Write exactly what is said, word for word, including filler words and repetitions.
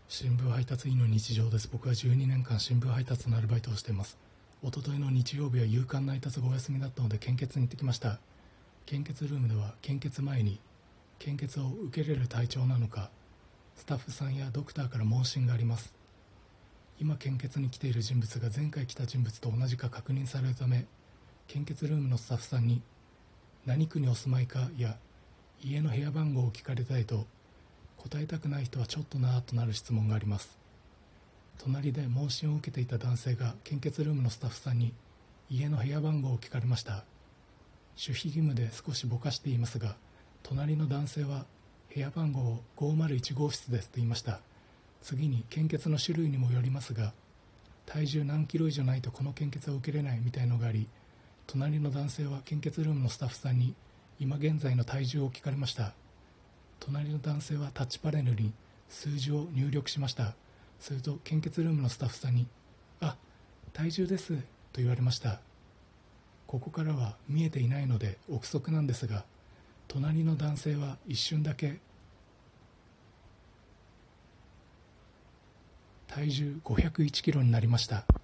新聞配達員の日常です。僕はじゅうにねんかん新聞配達のアルバイトをしています。おとといの日曜日は夕刊配達がお休みだったので献血に行ってきました。献血ルームでは献血前に献血を受けれる体調なのか、スタッフさんやドクターから問診があります。今献血に来ている人物が前回来た人物と同じか確認されるため、献血ルームのスタッフさんに何区にお住まいかや家の部屋番号を聞かれたいと、答えたくない人はちょっとなぁとなる質問があります。隣で問診を受けていた男性が献血ルームのスタッフさんに家の部屋番号を聞かれました。守秘義務で少しぼかしていますが、隣の男性は部屋番号をごまるいち号室ですと言いました。次に献血の種類にもよりますが、体重何キロ以上ないとこの献血は受けれないみたいのがあり、隣の男性は献血ルームのスタッフさんに今現在の体重を聞かれました。隣の男性はタッチパネルに数字を入力しました。すると献血ルームのスタッフさんにあ、体重ですと言われました。ここからは見えていないので憶測なんですが、隣の男性は一瞬だけ体重ごひゃくいちキロになりました。